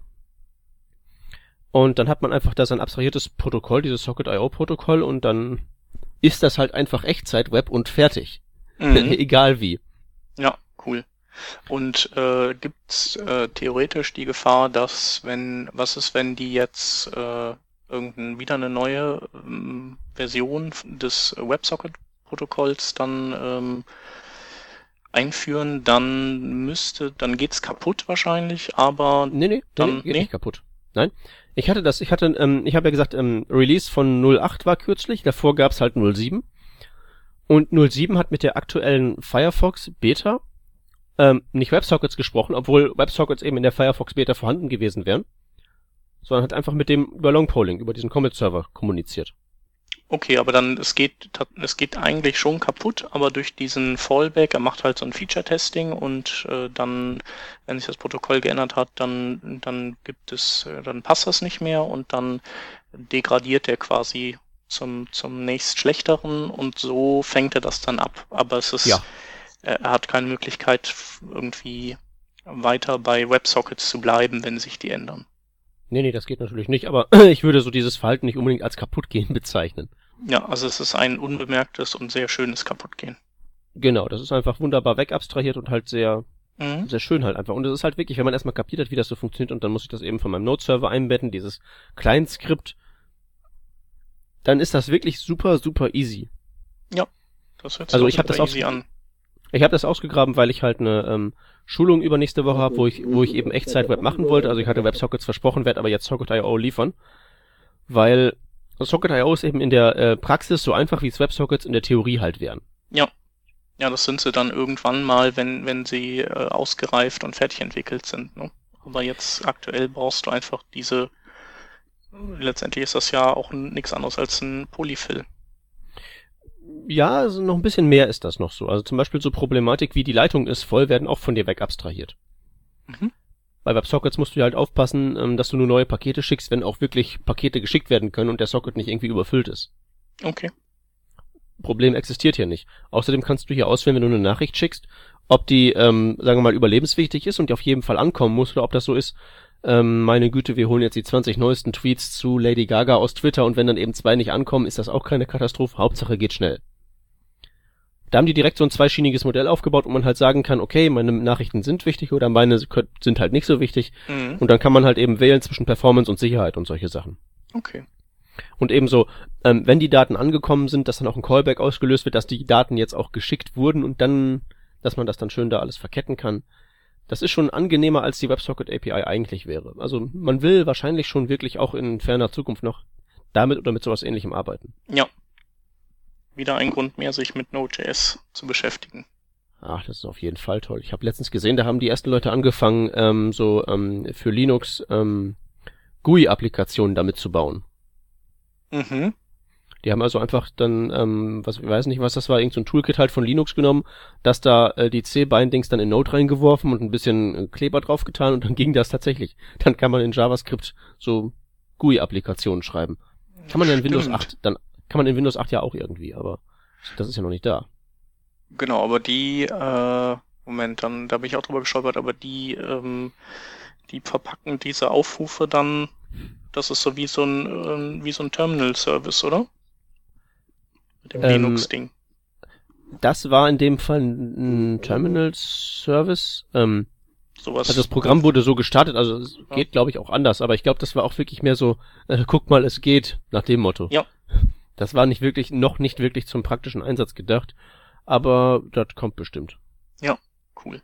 Und dann hat man einfach da sein abstrahiertes Protokoll, dieses Socket Punkt io-Protokoll, und dann ist das halt einfach Echtzeit-Web und fertig. Mhm. Egal wie. Ja, cool. Und äh, gibt's äh, theoretisch die Gefahr, dass wenn, was ist, wenn die jetzt äh, irgendein wieder eine neue ähm, Version des WebSocket-Protokolls dann ähm, einführen, dann müsste, dann geht's kaputt wahrscheinlich, aber nee, nee, dann nee, geht nee? nicht kaputt. Nein, ich hatte das, ich hatte, ähm, ich habe ja gesagt, ähm, Release von null Punkt acht war kürzlich, davor gab's halt null Punkt sieben und null Punkt sieben hat mit der aktuellen Firefox Beta ähm, nicht WebSockets gesprochen, obwohl WebSockets eben in der Firefox Beta vorhanden gewesen wären, sondern hat einfach mit dem über Longpolling, über diesen Commit-Server kommuniziert. Okay, aber dann, es geht, es geht eigentlich schon kaputt, aber durch diesen Fallback, er macht halt so ein Feature-Testing und äh, dann, wenn sich das Protokoll geändert hat, dann, dann gibt es, dann passt das nicht mehr und dann degradiert er quasi zum, zum nächst schlechteren und so fängt er das dann ab. Aber es ist, ja. er hat keine Möglichkeit, irgendwie weiter bei WebSockets zu bleiben, wenn sich die ändern. Nee, nee, das geht natürlich nicht, aber ich würde so dieses Verhalten nicht unbedingt als Kaputtgehen bezeichnen. Ja, also es ist ein unbemerktes und sehr schönes Kaputtgehen. Genau, das ist einfach wunderbar wegabstrahiert und halt sehr, mhm. sehr schön halt einfach. Und es ist halt wirklich, wenn man erstmal kapiert hat, wie das so funktioniert und dann muss ich das eben von meinem Node-Server einbetten, dieses Client-Skript, dann ist das wirklich super, super easy. Ja, das hört sich also ich hab das easy an. Ich habe das ausgegraben, weil ich halt eine ähm, Schulung übernächste Woche habe, wo ich wo ich eben Echtzeit-Web machen wollte. Also ich hatte WebSockets versprochen, werde aber jetzt Socket Punkt io liefern, weil Socket Punkt io ist eben in der äh, Praxis so einfach, wie es WebSockets in der Theorie halt wären. Ja, ja, das sind sie dann irgendwann mal, wenn wenn sie äh, ausgereift und fertig entwickelt sind. Ne? Aber jetzt aktuell brauchst du einfach diese. Letztendlich ist das ja auch nichts anderes als ein Polyfill. Ja, also noch ein bisschen mehr ist das noch so. Also zum Beispiel so Problematik wie die Leitung ist voll, werden auch von dir weg abstrahiert. Mhm. Bei WebSockets musst du ja halt aufpassen, dass du nur neue Pakete schickst, wenn auch wirklich Pakete geschickt werden können und der Socket nicht irgendwie überfüllt ist. Okay. Problem existiert hier nicht. Außerdem kannst du hier auswählen, wenn du eine Nachricht schickst, ob die, ähm, sagen wir mal, überlebenswichtig ist und die auf jeden Fall ankommen muss oder ob das so ist, ähm, meine Güte, wir holen jetzt die zwanzig neuesten Tweets zu Lady Gaga aus Twitter und wenn dann eben zwei nicht ankommen, ist das auch keine Katastrophe. Hauptsache geht schnell. Da haben die direkt so ein zweischieniges Modell aufgebaut, wo man halt sagen kann, okay, meine Nachrichten sind wichtig oder meine sind halt nicht so wichtig. Mhm. Und dann kann man halt eben wählen zwischen Performance und Sicherheit und solche Sachen. Okay. Und ebenso, ähm, wenn die Daten angekommen sind, dass dann auch ein Callback ausgelöst wird, dass die Daten jetzt auch geschickt wurden und dann, dass man das dann schön da alles verketten kann. Das ist schon angenehmer, als die WebSocket A P I eigentlich wäre. Also man will wahrscheinlich schon wirklich auch in ferner Zukunft noch damit oder mit sowas Ähnlichem arbeiten. Ja. Wieder ein Grund mehr, sich mit Node.js zu beschäftigen. Ach, das ist auf jeden Fall toll. Ich habe letztens gesehen, da haben die ersten Leute angefangen, ähm, so ähm, für Linux ähm, G U I-Applikationen damit zu bauen. Mhm. Die haben also einfach dann, ähm, was ich weiß nicht, was das war, irgend so ein Toolkit halt von Linux genommen, dass da äh, die C-Bindings dann in Node reingeworfen und ein bisschen äh, Kleber drauf getan und dann ging das tatsächlich. Dann kann man in JavaScript so G U I-Applikationen schreiben. Kann man ja in Windows acht dann Kann man in Windows acht ja auch irgendwie, aber das ist ja noch nicht da. Genau, aber die, äh, Moment, dann da bin ich auch drüber gestolpert, aber die, ähm, die verpacken diese Aufrufe dann, das ist so wie so ein, ähm, wie so ein Terminal-Service, oder? Mit dem Ähm, Linux-Ding. Das war in dem Fall ein Terminal-Service. Ähm, Sowas. also das Programm wurde so gestartet, also es Ja. geht, glaube ich, auch anders, aber ich glaube, das war auch wirklich mehr so, äh, guck mal, es geht, nach dem Motto. Ja. Das war nicht wirklich, noch nicht wirklich zum praktischen Einsatz gedacht, aber das kommt bestimmt. Ja, cool.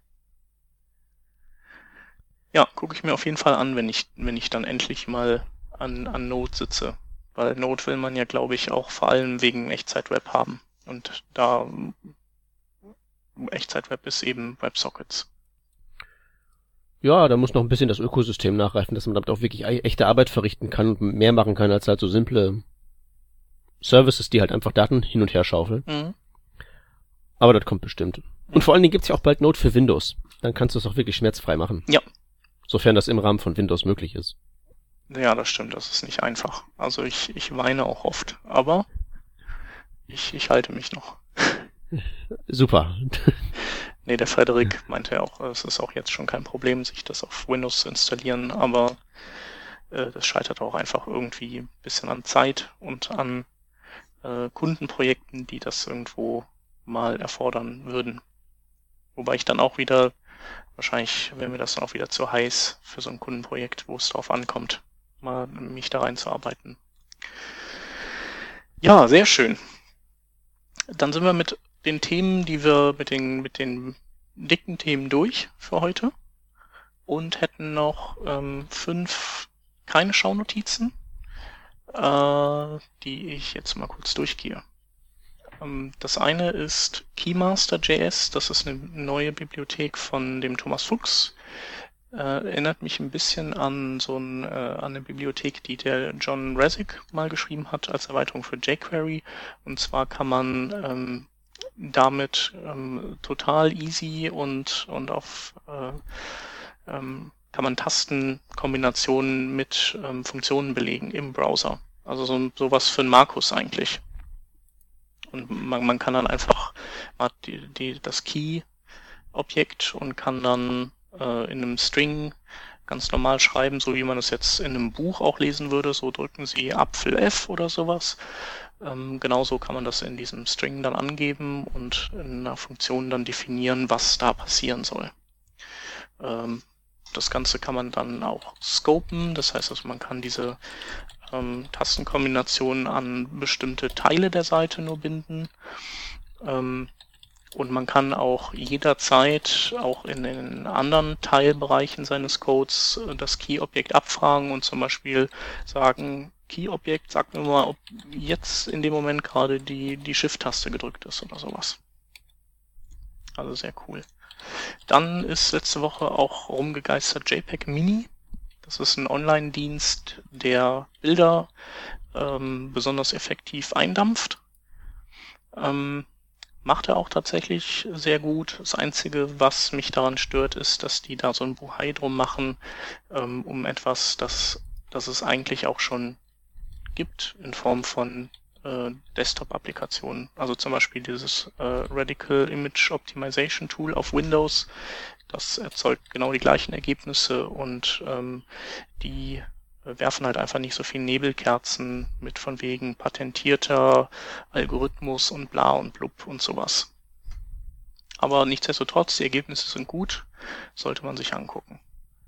Ja, gucke ich mir auf jeden Fall an, wenn ich, wenn ich dann endlich mal an, an Node sitze. Weil Node will man ja, glaube ich, auch vor allem wegen Echtzeitweb haben. Und da Echtzeitweb ist eben WebSockets. Ja, da muss noch ein bisschen das Ökosystem nachreifen, dass man damit auch wirklich e- echte Arbeit verrichten kann und mehr machen kann als halt so simple Services, die halt einfach Daten hin und her schaufeln. Mhm. Aber das kommt bestimmt. Und vor allen Dingen gibt's ja auch bald Node für Windows. Dann kannst du es auch wirklich schmerzfrei machen. Ja. Sofern das im Rahmen von Windows möglich ist. Ja, das stimmt, das ist nicht einfach. Also ich, ich weine auch oft, aber ich, ich halte mich noch. Super. Nee, der Frederik meinte ja auch, es ist auch jetzt schon kein Problem, sich das auf Windows zu installieren, aber äh, das scheitert auch einfach irgendwie ein bisschen an Zeit und an äh, Kundenprojekten, die das irgendwo mal erfordern würden. Wobei ich dann auch wieder, wahrscheinlich wäre mir das dann auch wieder zu heiß für so ein Kundenprojekt, wo es drauf ankommt, mal mich da reinzuarbeiten. Ja, sehr schön. Dann sind wir mit den Themen, die wir mit den mit den dicken Themen durch für heute und hätten noch ähm, fünf keine Schaunotizen, äh, die ich jetzt mal kurz durchgehe. Ähm, das eine ist Keymaster.js, das ist eine neue Bibliothek von dem Thomas Fuchs. Äh, erinnert mich ein bisschen an so ein, äh, an eine Bibliothek, die der John Resig mal geschrieben hat als Erweiterung für jQuery. Und zwar kann man ähm, damit ähm, total easy und und auf äh, ähm, kann man Tastenkombinationen mit ähm, Funktionen belegen im Browser. Also so sowas für einen Markus eigentlich. Und man, man kann dann einfach man hat die, die, das Key-Objekt und kann dann äh, in einem String ganz normal schreiben, so wie man es jetzt in einem Buch auch lesen würde. So drücken Sie Apfel F oder sowas. Ähm, genauso kann man das in diesem String dann angeben und in einer Funktion dann definieren, was da passieren soll. Ähm, das Ganze kann man dann auch scopen, das heißt, also man kann diese ähm, Tastenkombinationen an bestimmte Teile der Seite nur binden. Ähm, und man kann auch jederzeit, auch in den anderen Teilbereichen seines Codes, das Key-Objekt abfragen und zum Beispiel sagen, Key-Objekt, sag mir mal, ob jetzt in dem Moment gerade die, die Shift-Taste gedrückt ist oder sowas. Also sehr cool. Dann ist letzte Woche auch rumgegeistert JPEG Mini. Das ist ein Online-Dienst, der Bilder ähm, besonders effektiv eindampft. Ähm, macht er auch tatsächlich sehr gut. Das Einzige, was mich daran stört, ist, dass die da so ein Buhai drum machen, ähm, um etwas, das, das es eigentlich auch schon gibt in Form von äh, Desktop-Applikationen. Also zum Beispiel dieses äh, Radical Image Optimization Tool auf Windows. Das erzeugt genau die gleichen Ergebnisse und ähm, die werfen halt einfach nicht so viel Nebelkerzen mit von wegen patentierter Algorithmus und bla und blub und sowas. Aber nichtsdestotrotz, die Ergebnisse sind gut, sollte man sich angucken.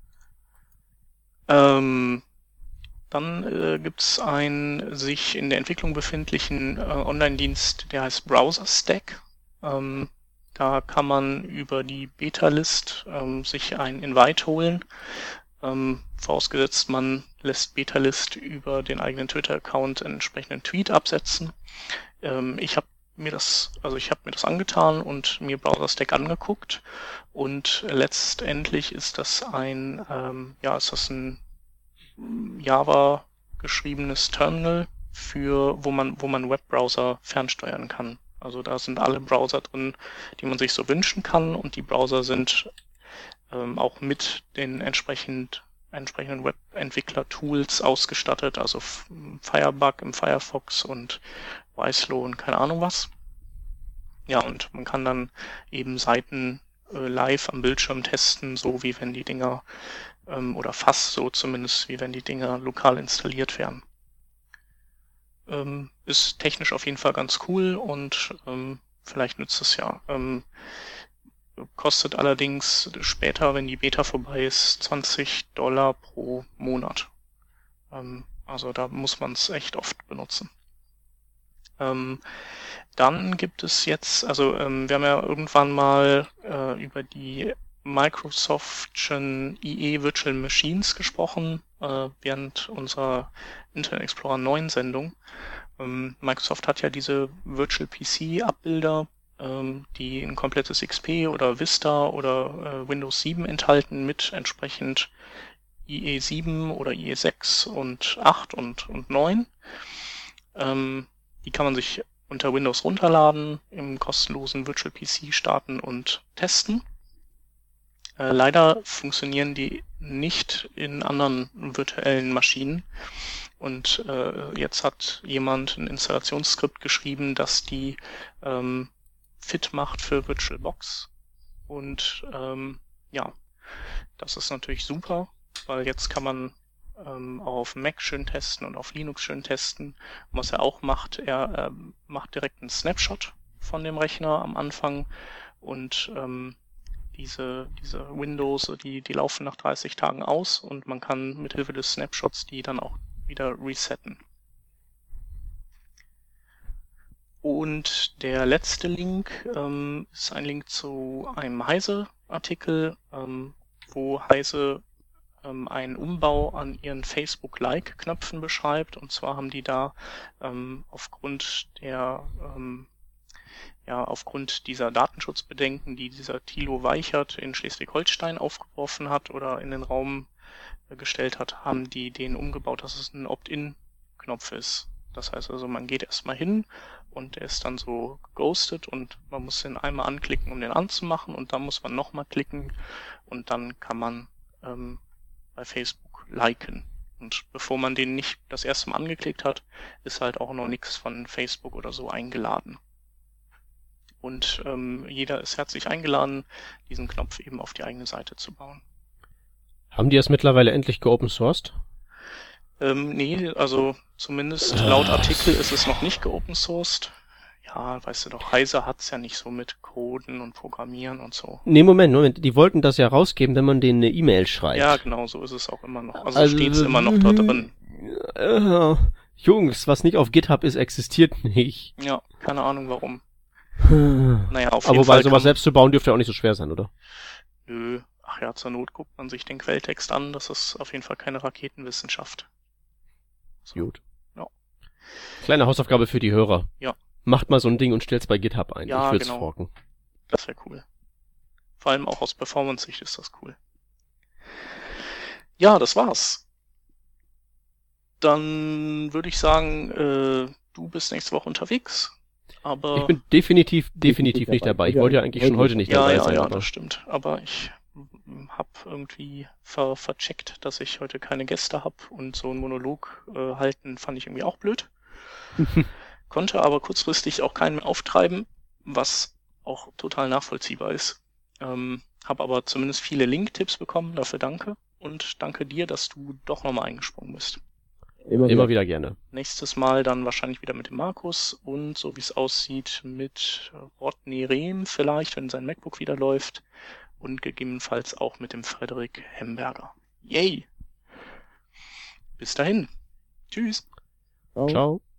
Ähm, dann äh, gibt es einen sich in der Entwicklung befindlichen äh, Online-Dienst, der heißt BrowserStack. Ähm, da kann man über die Beta-List ähm, sich ein Invite holen. Ähm, vorausgesetzt, man lässt Betalist über den eigenen Twitter-Account einen entsprechenden Tweet absetzen. Ähm, ich habe mir das, also ich habe mir das angetan und mir BrowserStack angeguckt und letztendlich ist das ein, ähm, ja, ist das ein Java geschriebenes Terminal für, wo man, wo man Webbrowser fernsteuern kann. Also da sind alle Browser drin, die man sich so wünschen kann und die Browser sind ähm, auch mit den entsprechend, entsprechenden Webentwickler-Tools ausgestattet, also Firebug im Firefox und Wieslow und keine Ahnung was. Ja, und man kann dann eben Seiten äh, live am Bildschirm testen, so wie wenn die Dinger, ähm, oder fast so zumindest, wie wenn die Dinger lokal installiert wären. Ähm, ist technisch auf jeden Fall ganz cool und ähm, vielleicht nützt es ja. Ähm, kostet allerdings später, wenn die Beta vorbei ist, zwanzig Dollar pro Monat. Ähm, also da muss man es echt oft benutzen. Ähm, dann gibt es jetzt, also ähm, wir haben ja irgendwann mal äh, über die Microsoft'schen I E Virtual Machines gesprochen, äh, während unserer Internet Explorer neun Sendung. Ähm, Microsoft hat ja diese Virtual P C Abbilder, ähm, die ein komplettes X P oder Vista oder äh, Windows sieben enthalten mit entsprechend I E sieben oder I E sechs und acht und, und neun. Ähm, die kann man sich unter Windows runterladen, im kostenlosen Virtual P C starten und testen. Äh, leider funktionieren die nicht in anderen virtuellen Maschinen. Und äh, jetzt hat jemand ein Installationsskript geschrieben, das die ähm, fit macht für VirtualBox. Und ähm, ja, das ist natürlich super, weil jetzt kann man ähm, auch auf Mac schön testen und auf Linux schön testen. Und was er auch macht, er äh, macht direkt einen Snapshot von dem Rechner am Anfang und ähm, diese, diese Windows, die, die laufen nach dreißig Tagen aus und man kann mithilfe des Snapshots die dann auch wieder resetten. Und der letzte Link ähm, ist ein Link zu einem Heise-Artikel, ähm, wo Heise ähm, einen Umbau an ihren Facebook-Like-Knöpfen beschreibt. Und zwar haben die da ähm, aufgrund der ähm, ja aufgrund dieser Datenschutzbedenken, die dieser Thilo Weichert in Schleswig-Holstein aufgeworfen hat oder in den Raum gestellt hat, haben die den umgebaut, dass es ein Opt-in-Knopf ist. Das heißt also, man geht erstmal hin und er ist dann so geghostet und man muss den einmal anklicken, um den anzumachen und dann muss man nochmal klicken und dann kann man ähm, bei Facebook liken. Und bevor man den nicht das erste Mal angeklickt hat, ist halt auch noch nichts von Facebook oder so eingeladen. Und ähm, jeder ist herzlich eingeladen, diesen Knopf eben auf die eigene Seite zu bauen. Haben die es mittlerweile endlich geopen sourced? Ähm, nee, also zumindest laut Artikel ist es noch nicht geopen sourced. Ja, weißt du doch, Heise hat's ja nicht so mit Coden und Programmieren und so. Nee, Moment, Moment. Die wollten das ja rausgeben, wenn man denen eine E-Mail schreibt. Ja, genau, so ist es auch immer noch. Also, Also, steht's immer noch da drin. Äh, Jungs, was nicht auf GitHub ist, existiert nicht. Ja, keine Ahnung warum. Naja, auf Aber jeden wobei Fall sowas kann... selbst zu bauen dürfte ja auch nicht so schwer sein, oder? Nö, ach ja, zur Not guckt man sich den Quelltext an. Das ist auf jeden Fall keine Raketenwissenschaft. So. Gut. Ja. Kleine Hausaufgabe für die Hörer. Ja. Macht mal so ein Ding und stellt's bei GitHub ein. Ja, ich würd's genau. forken. Das wäre cool. Vor allem auch aus Performance-Sicht ist das cool. Ja, das war's. Dann würde ich sagen, äh, du bist nächste Woche unterwegs. Aber Ich bin definitiv, definitiv nicht dabei. Ich wollte ja eigentlich schon heute nicht ja, dabei ja, sein. ja, aber das stimmt. Aber ich habe irgendwie ver vercheckt, dass ich heute keine Gäste habe und so einen Monolog äh, halten fand ich irgendwie auch blöd. Konnte aber kurzfristig auch keinen mehr auftreiben, was auch total nachvollziehbar ist. Ähm, habe aber zumindest viele Link-Tipps bekommen, dafür danke. Und danke dir, dass du doch nochmal eingesprungen bist. Immer, Immer wieder gerne. Nächstes Mal dann wahrscheinlich wieder mit dem Markus und so wie es aussieht mit Rodney Rehm vielleicht, wenn sein MacBook wieder läuft und gegebenenfalls auch mit dem Frederik Hemberger. Yay! Bis dahin. Tschüss. Ciao. Ciao.